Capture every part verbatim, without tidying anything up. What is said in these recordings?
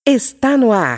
Está no ar.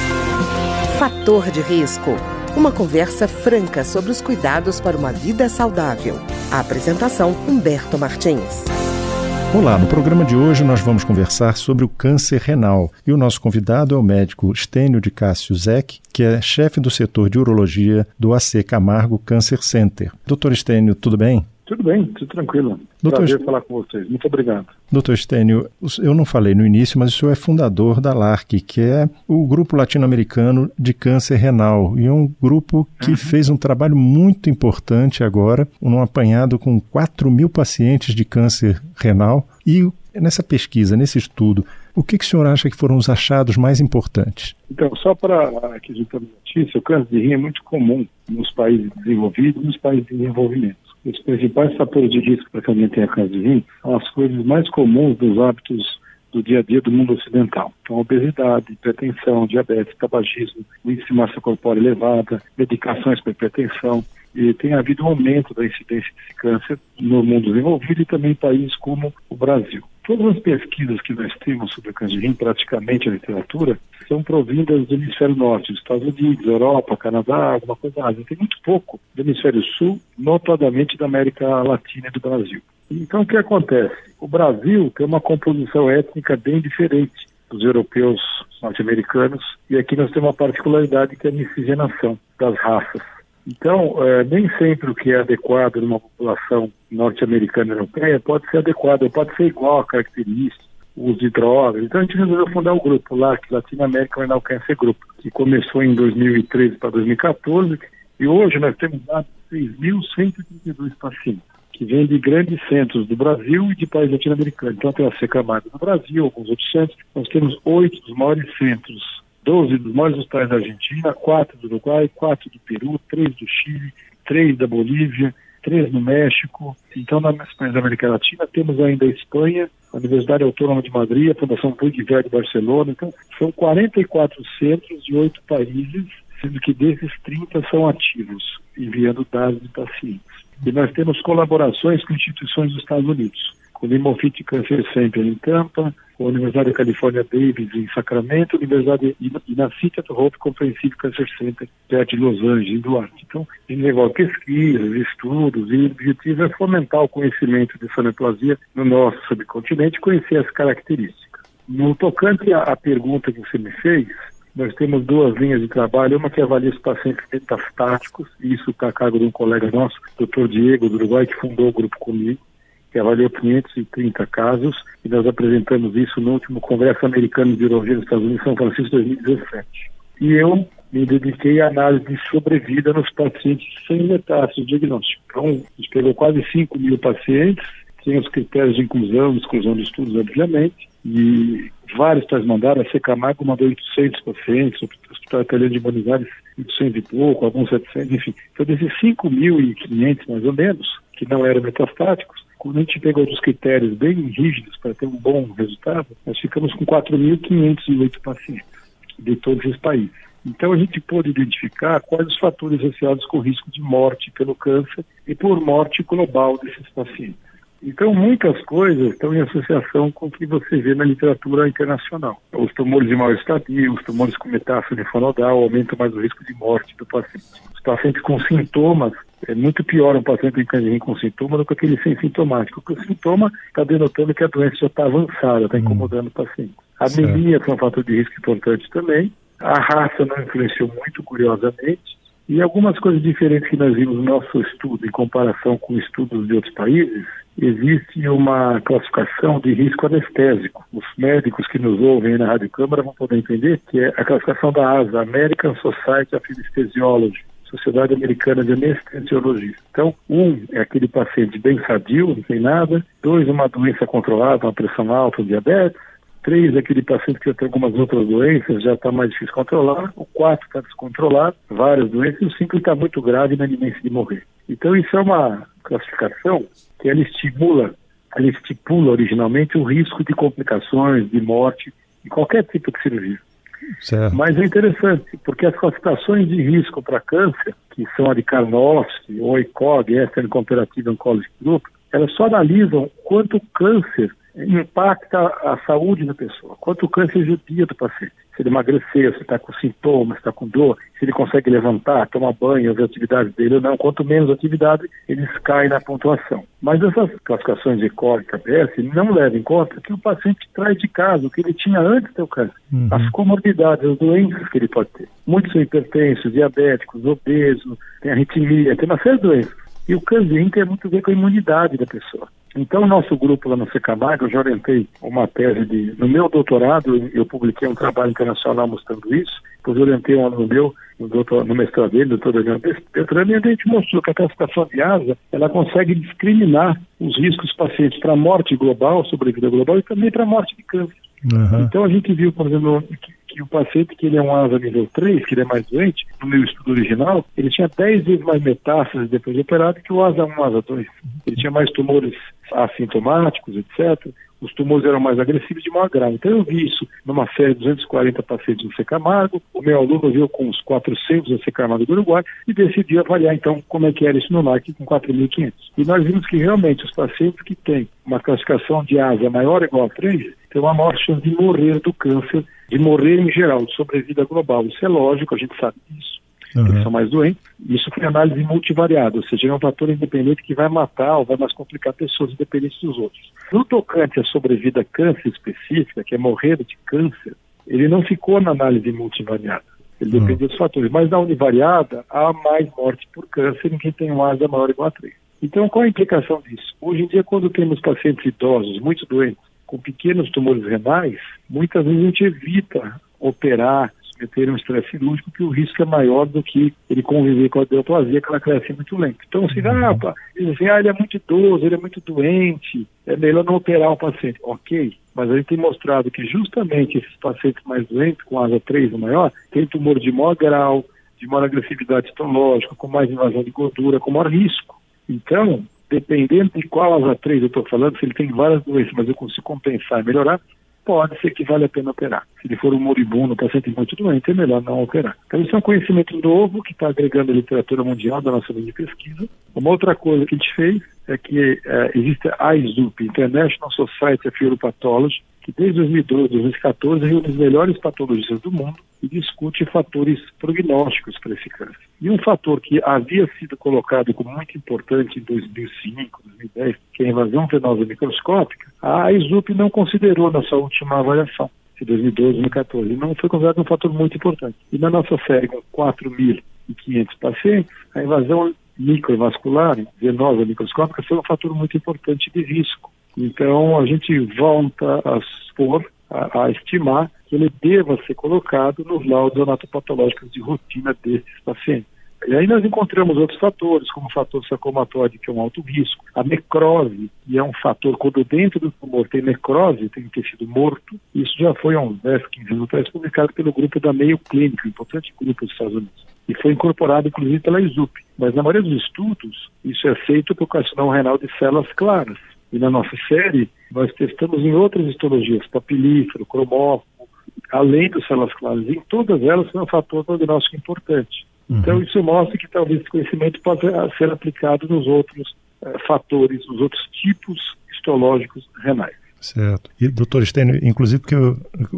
Fator de risco. Uma conversa franca sobre os cuidados para uma vida saudável. A apresentação, Humberto Martins. Olá, no programa de hoje nós vamos conversar sobre o câncer renal. E o nosso convidado é o médico Stênio de Cássio Zec, que é chefe do setor de urologia do A C Camargo Cancer Center. doutor Stênio, tudo bem? Tudo bem, tudo tranquilo. Doutor Prazer Est... falar com vocês. Muito obrigado. doutor Stênio, eu não falei no início, mas o senhor é fundador da L A R C, que é o Grupo Latino-Americano de Câncer Renal, e é um grupo que uhum. fez um trabalho muito importante agora, num apanhado com quatro mil pacientes de câncer renal. E nessa pesquisa, nesse estudo, o que, que o senhor acha que foram os achados mais importantes? Então, só para aquisitar a notícia, o câncer de rim é muito comum nos países desenvolvidos e nos países em desenvolvimento. Os principais fatores de risco para quem tem câncer de rim são as coisas mais comuns dos hábitos do dia a dia do mundo ocidental. Então, obesidade, hipertensão, diabetes, tabagismo, índice de massa corpórea elevada, medicações para hipertensão. E tem havido um aumento da incidência desse câncer no mundo desenvolvido e também em países como o Brasil. Todas as pesquisas que nós temos sobre o câncer de rim, praticamente a literatura, são provindas do hemisfério norte, dos Estados Unidos, Europa, Canadá, alguma coisa da Ásia. Tem muito pouco do hemisfério sul, notadamente da América Latina e do Brasil. Então, o que acontece? O Brasil tem uma composição étnica bem diferente dos europeus norte-americanos, e aqui nós temos uma particularidade que é a miscigenação das raças. Então, é, nem sempre o que é adequado numa população norte-americana e europeia pode ser adequado, pode ser igual a características, o uso de drogas. Então, a gente resolveu fundar o grupo lá, que Latino American Renal Cancer Group, que começou em dois mil e treze para dois mil e quatorze, e hoje nós temos lá seis mil cento e trinta e dois pacientes, que vêm de grandes centros do Brasil e de países latino-americanos. Então, tem a A C Camargo do Brasil, alguns outros centros. Nós temos oito dos maiores centros, doze dos maiores hospitais da Argentina, quatro do Uruguai, quatro do Peru, três do Chile, três da Bolívia, três no México. Então, nas países da América Latina, temos ainda a Espanha, a Universidade Autônoma de Madrid, a Fundação Puigvert de Barcelona. Então, são quarenta e quatro centros de oito países, sendo que desses trinta são ativos, enviando dados de pacientes. E nós temos colaborações com instituições dos Estados Unidos, com o Limofit Cancer Center em Tampa, com a Universidade da California Davis em Sacramento, a Universidade Inacita Hope Comprehensive Cancer Center, perto de Los Angeles, em Duarte. Então, a gente levou pesquisas, estudos, e o objetivo é fomentar o conhecimento de neoplasia no nosso subcontinente e conhecer as características. No tocante à, à pergunta que você me fez, nós temos duas linhas de trabalho, uma que avalia os pacientes metastáticos, e isso está a cargo de um colega nosso, doutor Diego, do Uruguai, que fundou o grupo comigo, que avaliou quinhentos e trinta casos, e nós apresentamos isso no último Congresso Americano de Urologia nos Estados Unidos, em São Francisco, dois mil e dezessete. E eu me dediquei à análise de sobrevida nos pacientes sem metástase diagnóstico. Então, a gente pegou quase cinco mil pacientes, tem os critérios de inclusão, exclusão de estudos, obviamente, e vários tais mandaram, a A C Camargo mandou oitocentos pacientes, o Hospital Italiano de Buenos Aires oitocentos e pouco, alguns setecentos, enfim. Então, desses cinco mil e quinhentos, mais ou menos, que não eram metastáticos, quando a gente pegou os critérios bem rígidos para ter um bom resultado, nós ficamos com quatro mil quinhentos e oito pacientes de todos os países. Então, a gente pôde identificar quais os fatores associados com o risco de morte pelo câncer e por morte global desses pacientes. Então, muitas coisas estão em associação com o que você vê na literatura internacional. Os tumores de maior estadio, os tumores com metástase linfonodal aumentam mais o risco de morte do paciente. Os pacientes com sintomas, é muito pior um paciente em câncer de rim com sintoma do que aquele sem sintomático, porque o sintoma está denotando que a doença já está avançada, está incomodando o paciente. A anemia é um fator de risco importante também. A raça não influenciou muito, curiosamente. E algumas coisas diferentes que nós vimos no nosso estudo, em comparação com estudos de outros países, existe uma classificação de risco anestésico. Os médicos que nos ouvem na Rádio Câmara vão poder entender que é a classificação da A S A, American Society of Anesthesiology, Sociedade Americana de Anestesiologia. Então, um é aquele paciente bem sadio, não tem nada. Dois, uma doença controlada, uma pressão alta, um diabetes. Três, aquele paciente que já tem algumas outras doenças, já está mais difícil controlar. O quatro está descontrolado, várias doenças. E o cinco está muito grave na iminência de morrer. Então, isso é uma classificação que ela estimula, ela estipula originalmente o risco de complicações, de morte, em qualquer tipo de cirurgia. Certo. Mas é interessante, porque as classificações de risco para câncer, que são a de Karnofsky, ou I C O G, Eastern Comparative Oncology Group, elas só analisam quanto o câncer impacta a saúde da pessoa, quanto o câncer judia do paciente. Se ele emagreceu, se está com sintomas, se está com dor, se ele consegue levantar, tomar banho, as atividades dele ou não, quanto menos atividade, eles caem na pontuação. Mas essas classificações de ECOG e K B S não levam em conta que o paciente traz de casa o que ele tinha antes do câncer, uhum. as comorbidades, as doenças que ele pode ter. Muitos são hipertensos, diabéticos, obesos, tem arritmia, tem uma série de doenças. E o câncer de rim tem muito a ver com a imunidade da pessoa. Então, o nosso grupo lá no Secamag, eu já orientei uma tese de... No meu doutorado, eu publiquei um trabalho internacional mostrando isso, depois eu orientei um aluno meu, no, doutor, no mestrado dele, doutor Daniel Beltrame, e a gente mostrou que a classificação de A S A, ela consegue discriminar os riscos dos pacientes para morte global, sobrevida global, e também para morte de câncer. Uhum. Então, a gente viu, por exemplo, que, que o paciente que ele é um A S A nível três, que ele é mais doente, no meu estudo original, ele tinha dez vezes mais metástases depois de operado que o A S A um, A S A dois. Ele tinha mais tumores assintomáticos, etcétera. Os tumores eram mais agressivos de maior grau. Então eu vi isso numa série de duzentos e quarenta pacientes no Secamargo, o meu aluno viu com uns quatrocentos no Secamargo do Uruguai e decidi avaliar então como é que era isso no N A C com quatro mil e quinhentos. E nós vimos que realmente os pacientes que têm uma classificação de A S A maior ou igual a três têm uma maior chance de morrer do câncer, de morrer em geral, de sobrevida global. Isso é lógico, a gente sabe disso. Uhum. Eles são mais doentes. Isso foi análise multivariada, ou seja, é um fator independente que vai matar ou vai mais complicar pessoas independentes dos outros. No tocante à sobrevida câncer específica, que é morrer de câncer, ele não ficou na análise multivariada. Ele uhum. depende dos fatores. Mas na univariada, há mais morte por câncer em quem tem um A S A maior ou igual a três. Então, qual a implicação disso? Hoje em dia, quando temos pacientes idosos, muito doentes, com pequenos tumores renais, muitas vezes a gente evita operar, submeter um estresse cirúrgico, que o risco é maior do que ele conviver com a neoplasia, que ela cresce muito lento. Então, assim, ah, pá, assim, ah, ele é muito idoso, ele é muito doente, é melhor não operar o paciente. Ok, mas a gente tem mostrado que justamente esses pacientes mais doentes, com A S A três ou maior, têm tumor de maior grau, de maior agressividade histológica, com mais invasão de gordura, com maior risco. Então, dependendo de qual A S A três eu estou falando, se ele tem várias doenças, mas eu consigo compensar e melhorar, pode ser que vale a pena operar. Se ele for um moribundo, um paciente muito doente, é melhor não operar. Então, isso é um conhecimento novo que está agregando a literatura mundial da nossa linha de pesquisa. Uma outra coisa que a gente fez é que é, existe a I S U P, International Society of Uropathology, que desde dois mil e doze, dois mil e quatorze reúne os melhores patologistas do mundo e discute fatores prognósticos para esse câncer. E um fator que havia sido colocado como muito importante em dois mil e cinco, dois mil e dez, que é a invasão venosa microscópica, a I S U P não considerou na sua última avaliação, de dois mil e doze, dois mil e quatorze, e não foi considerado um fator muito importante. E na nossa série, com quatro mil e quinhentos pacientes, a invasão microvascular, venosa microscópica, foi um fator muito importante de risco. Então, a gente volta a supor, a, a estimar que ele deva ser colocado nos laudos anatopatológicos de rotina desses pacientes. E aí nós encontramos outros fatores, como o fator sarcomatóide, que é um alto risco, a necrose, que é um fator, quando dentro do tumor tem necrose, tem tecido morto, isso já foi há uns dez, quinze anos atrás publicado pelo grupo da Mayo Clinic, um importante grupo dos Estados Unidos, e foi incorporado, inclusive, pela I S U P. Mas na maioria dos estudos, isso é feito por carcinoma renal de células claras. E na nossa série, nós testamos em outras histologias, papilífero, cromófobo, além das células claras. Em todas elas foi um fator prognóstico importante. Uhum. Então isso mostra que talvez esse conhecimento possa ser aplicado nos outros uh, fatores, nos outros tipos histológicos renais. Certo. E, doutor Stênio, inclusive porque, o,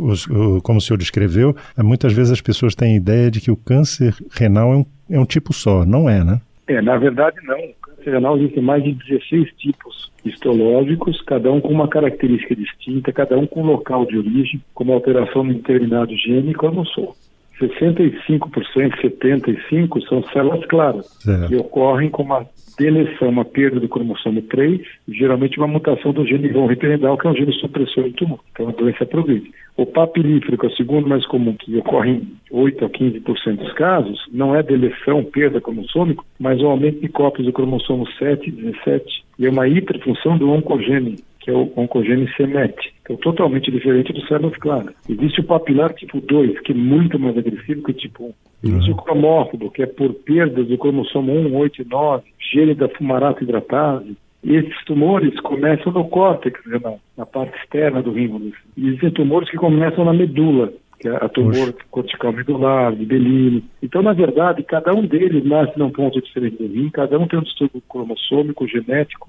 o, como o senhor descreveu, muitas vezes as pessoas têm a ideia de que o câncer renal é um, é um tipo só. Não é, né? É, na verdade não. O câncer renal existem mais de dezesseis tipos histológicos, cada um com uma característica distinta, cada um com local de origem, como alteração no determinado gene e cromossomo. sessenta e cinco por cento, setenta e cinco por cento são células claras, certo, que ocorrem com uma deleção, uma perda do cromossomo três, e geralmente uma mutação do gene von Hippel-Lindau, que é um gene supressor do tumor. Então a doença progride. O papilífero, que é o segundo mais comum, que ocorre em oito a quinze por cento dos casos, não é deleção, perda cromossômica, mas um aumento de cópias do cromossomo sete, dezessete, e é uma hiperfunção do oncogene, que é o oncogene C M E T, que é totalmente diferente do células claras. Existe o papilar tipo dois, que é muito mais agressivo que o tipo um. Existe uhum. o cromófobo, que é por perdas do cromossomo um, oito e nove, gene da fumarato hidratase. E esses tumores começam no córtex renal, na parte externa do rim. E existem tumores que começam na medula, que é a tumor Oxe. cortical medular, de Bellini. Então, na verdade, cada um deles nasce num ponto diferente do rim, cada um tem um distúrbio cromossômico, genético,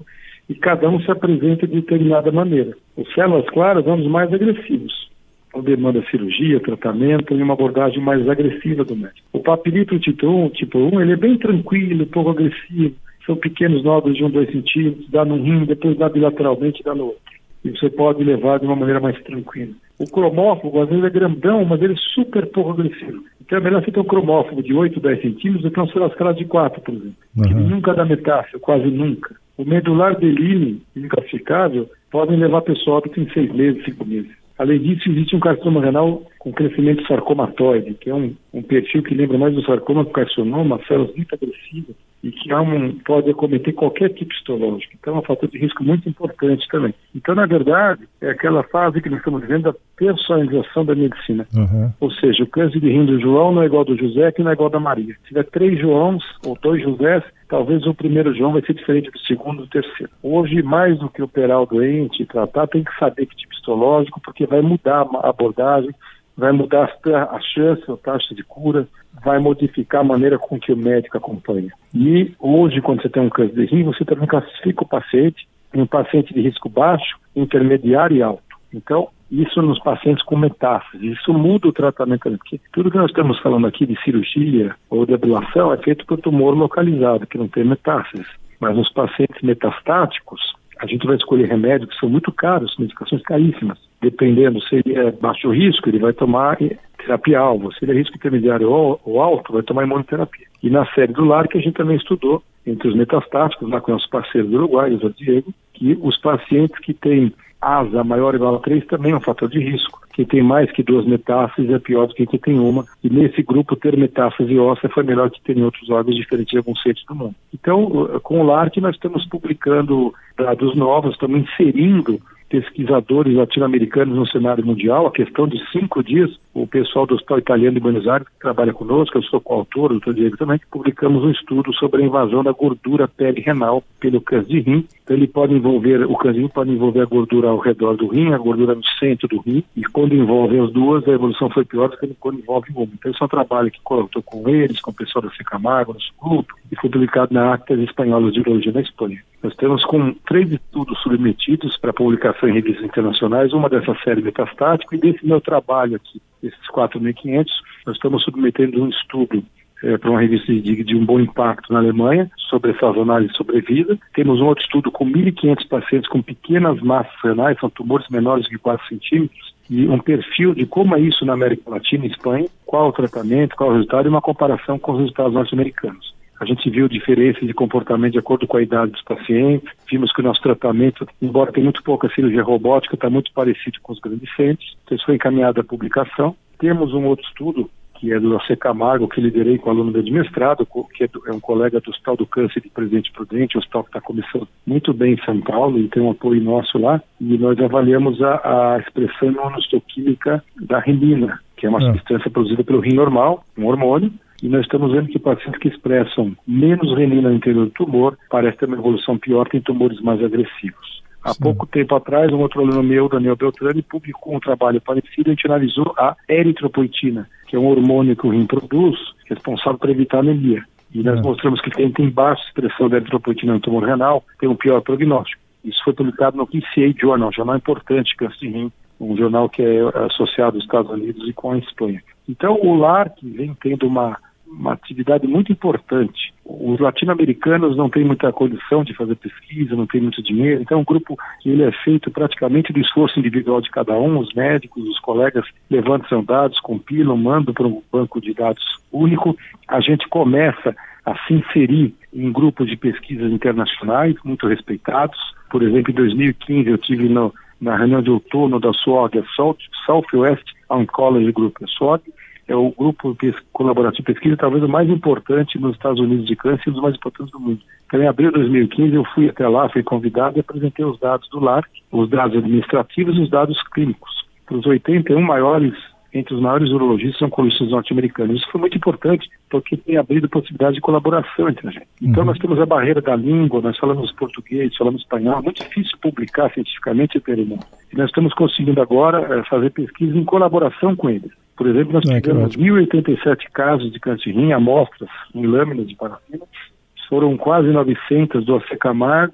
e cada um se apresenta de determinada maneira. Os células claras são os mais agressivos. Então, demanda cirurgia, tratamento e uma abordagem mais agressiva do médico. O papilito tipo um, tipo um, ele é bem tranquilo, pouco agressivo. São pequenos nódulos de um, dois centímetros, dá num rim, depois dá bilateralmente, dá no outro. E você pode levar de uma maneira mais tranquila. O cromófago, às vezes, é grandão, mas ele é super pouco agressivo. Então é melhor você ter um cromófago de oito, dez centímetros do que um células claras de quatro, por exemplo. Uhum. Que nunca dá metástase, quase nunca. O medular deline, inclassificável, podem levar a pessoa a óbito em seis meses, cinco meses. Além disso, existe um carcinoma renal com crescimento sarcomatoide, que é um, um perfil que lembra mais do sarcoma que o carcinoma, células muito agressivas, e que há um, pode acometer qualquer tipo histológico. Então é um fator de risco muito importante também. Então, na verdade, é aquela fase que nós estamos vivendo da personalização da medicina. Uhum. Ou seja, o câncer de rim do João não é igual ao do José, que não é igual ao da Maria. Se tiver três Joãos ou dois Josés, talvez o primeiro João vai ser diferente do segundo e do terceiro. Hoje, mais do que operar o doente e tratar, tem que saber que tipo histológico, porque vai mudar a abordagem, vai mudar a chance, a taxa de cura, vai modificar a maneira com que o médico acompanha. E hoje, quando você tem um câncer de rim, você também classifica o paciente em um paciente de risco baixo, intermediário e alto. Então, isso nos pacientes com metástase. Isso muda o tratamento também, porque tudo que nós estamos falando aqui de cirurgia ou de ablação é feito por tumor localizado, que não tem metástase. Mas nos pacientes metastáticos, a gente vai escolher remédios que são muito caros, medicações caríssimas. Dependendo se ele é baixo risco, ele vai tomar terapia-alvo. Se ele é risco intermediário ou alto, vai tomar imunoterapia. E na série do LARC, a gente também estudou, entre os metastáticos, lá com nossos parceiros do Uruguai, o Diego, que os pacientes que têm asa maior ou igual a três também é um fator de risco. Quem tem mais que duas metástases é pior do que quem tem uma. E nesse grupo, ter metástase óssea foi melhor que ter em outros órgãos diferentes de alguns centros do mundo. Então, com o LARC, nós estamos publicando dados novos, estamos inserindo pesquisadores latino-americanos no cenário mundial. A questão de cinco dias, o pessoal do Hospital Italiano de Buenos Aires, que trabalha conosco, eu sou coautor, o doutor Diego também, publicamos um estudo sobre a invasão da gordura perirenal pelo câncer de rim. Então ele pode envolver, o câncer de rim pode envolver a gordura ao redor do rim, a gordura no centro do rim, e quando envolvem as duas, a evolução foi pior do que quando envolve uma. Então esse é um trabalho que eu estou com eles, com o pessoal da Secamargo, nosso grupo, e foi publicado na Actas Espanholas de Urologia na Espanha. Nós temos com três estudos submetidos para publicação em revistas internacionais, uma dessa série metastático, e desse meu trabalho aqui, esses quatro mil e quinhentos, nós estamos submetendo um estudo é, para uma revista de, de um bom impacto na Alemanha, sobre essas análises de sobrevida. Temos um outro estudo com mil e quinhentos pacientes com pequenas massas renais, são tumores menores de quatro centímetros, e um perfil de como é isso na América Latina e Espanha, qual o tratamento, qual o resultado, e uma comparação com os resultados norte-americanos. A gente viu diferenças de comportamento de acordo com a idade dos pacientes, vimos que o nosso tratamento, embora tenha muito pouca cirurgia robótica, está muito parecido com os grandes centros, então isso foi encaminhado à publicação. Temos um outro estudo, que é do Secamargo, que liderei com o aluno de mestrado, que é, do, é um colega do Hospital do Câncer de Presidente Prudente, um hospital que está começando muito bem em São Paulo, e tem um apoio nosso lá, e nós avaliamos a, a expressão imunohistoquímica da renina, que é uma é. substância produzida pelo rim normal, um hormônio, e nós estamos vendo que pacientes que expressam menos renina no interior do tumor parece ter uma evolução pior, tem tumores mais agressivos. Há Sim. pouco tempo atrás, um outro aluno meu, Daniel Beltrani, publicou um trabalho parecido. A gente analisou a eritropoetina, que é um hormônio que o rim produz, responsável por evitar anemia. E nós é. mostramos que quem tem baixa expressão da eritropoetina no tumor renal tem um pior prognóstico. Isso foi publicado no P C A Journal, jornal importante, câncer de rim, um jornal que é associado aos Estados Unidos e com a Espanha. Então, o LARC vem tendo uma uma atividade muito importante. Os latino-americanos não têm muita condição de fazer pesquisa, não têm muito dinheiro, então é um grupo que ele é feito praticamente do esforço individual de cada um, os médicos, os colegas levantam dados, compilam, mandam para um banco de dados único. A gente começa a se inserir em grupos de pesquisas internacionais muito respeitados. Por exemplo, em dois mil e quinze eu tive no, na reunião de outono da S W O G, a South, Southwest Oncology Group, a S W O G, é o grupo colaborativo de pesquisa talvez o mais importante nos Estados Unidos de câncer e um dos mais importantes do mundo. Então, em abril de dois mil e quinze, eu fui até lá, fui convidado e apresentei os dados do LARC, os dados administrativos e os dados clínicos. Para os oitenta e um maiores, entre os maiores urologistas são oncologistas norte-americanos. Isso foi muito importante, porque tem abrido possibilidade de colaboração entre a gente. Então, uhum. nós temos a barreira da língua, nós falamos português, falamos espanhol, é muito difícil publicar cientificamente pelo mundo. E nós estamos conseguindo agora é, fazer pesquisa em colaboração com eles. Por exemplo, nós é, tivemos mil e oitenta e sete casos de câncer de rim, amostras em lâminas de parafina. Foram quase novecentas do Secamargo,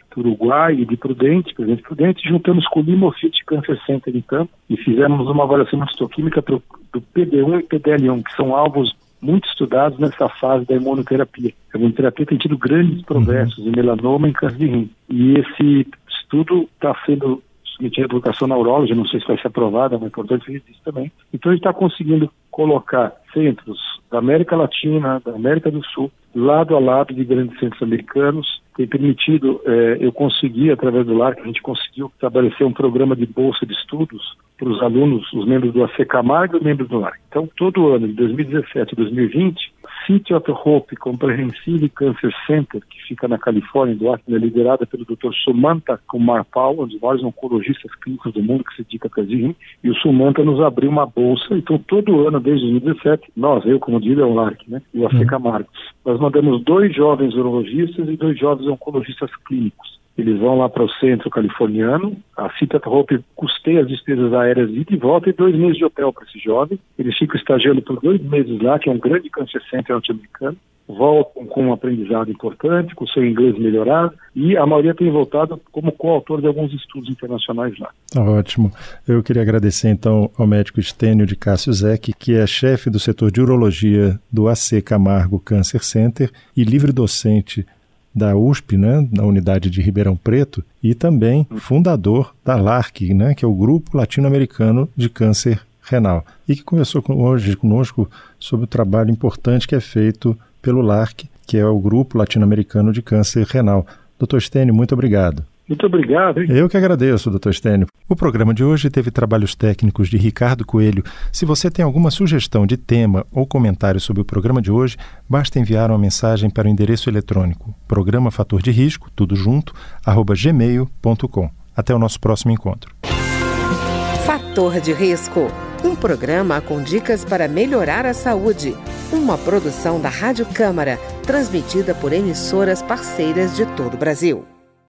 do Uruguai e de Prudente, Presidente Prudente, juntamos com o Limofit Cancer Center em Campo e fizemos uma avaliação histoquímica pro, do P D um e P D L um, que são alvos muito estudados nessa fase da imunoterapia. A imunoterapia tem tido grandes progressos uhum. em melanoma e em câncer de rim. E esse estudo está sendo submetido à publicação na Urology, não sei se vai ser aprovada, mas é importante fazer isso também. Então a gente está conseguindo colocar centros da América Latina, da América do Sul, lado a lado de grandes centros americanos. Tem permitido, eh, eu consegui, através do LARC, a gente conseguiu estabelecer um programa de bolsa de estudos para os alunos, os membros do A C Camargo e os membros do LARC. Então, todo ano, de dois mil e dezessete e dois mil e vinte, City of Hope Comprehensive Cancer Center, que fica na Califórnia, do LARC, é liderada pelo doutor Sumanta Kumar Pal, um dos maiores oncologistas clínicos do mundo que se dedica a câncer de rim, e o Sumanta nos abriu uma bolsa. Então, todo ano, desde dois mil e dezessete, nós, eu como digo, é o LARC, né, e o A C Camargo, nós mandamos dois jovens urologistas e dois jovens oncologistas clínicos. Eles vão lá para o centro californiano, a City of Hope custeia as despesas aéreas de ida e volta e dois meses de hotel para esse jovem. Eles ficam estagiando por dois meses lá, que é um grande cancer center norte-americano. Voltam com um aprendizado importante, com o seu inglês melhorado, e a maioria tem voltado como coautor de alguns estudos internacionais lá. Ótimo. Eu queria agradecer então ao médico Estênio de Cássio Zec, que é chefe do setor de urologia do A C Camargo Cancer Center e livre docente da U S P, né, na unidade de Ribeirão Preto, e também fundador da LARC, né, que é o Grupo Latino-Americano de Câncer Renal, e que conversou com, hoje conosco sobre o trabalho importante que é feito pelo LARC, que é o Grupo Latino-Americano de Câncer Renal. doutor Estênio, muito obrigado. Muito obrigado. Hein? Eu que agradeço, doutor Estênio. O programa de hoje teve trabalhos técnicos de Ricardo Coelho. Se você tem alguma sugestão de tema ou comentário sobre o programa de hoje, basta enviar uma mensagem para o endereço eletrônico programa fator de risco, tudo junto, arroba gmail ponto com. Até o nosso próximo encontro. Fator de Risco, um programa com dicas para melhorar a saúde. Uma produção da Rádio Câmara, transmitida por emissoras parceiras de todo o Brasil.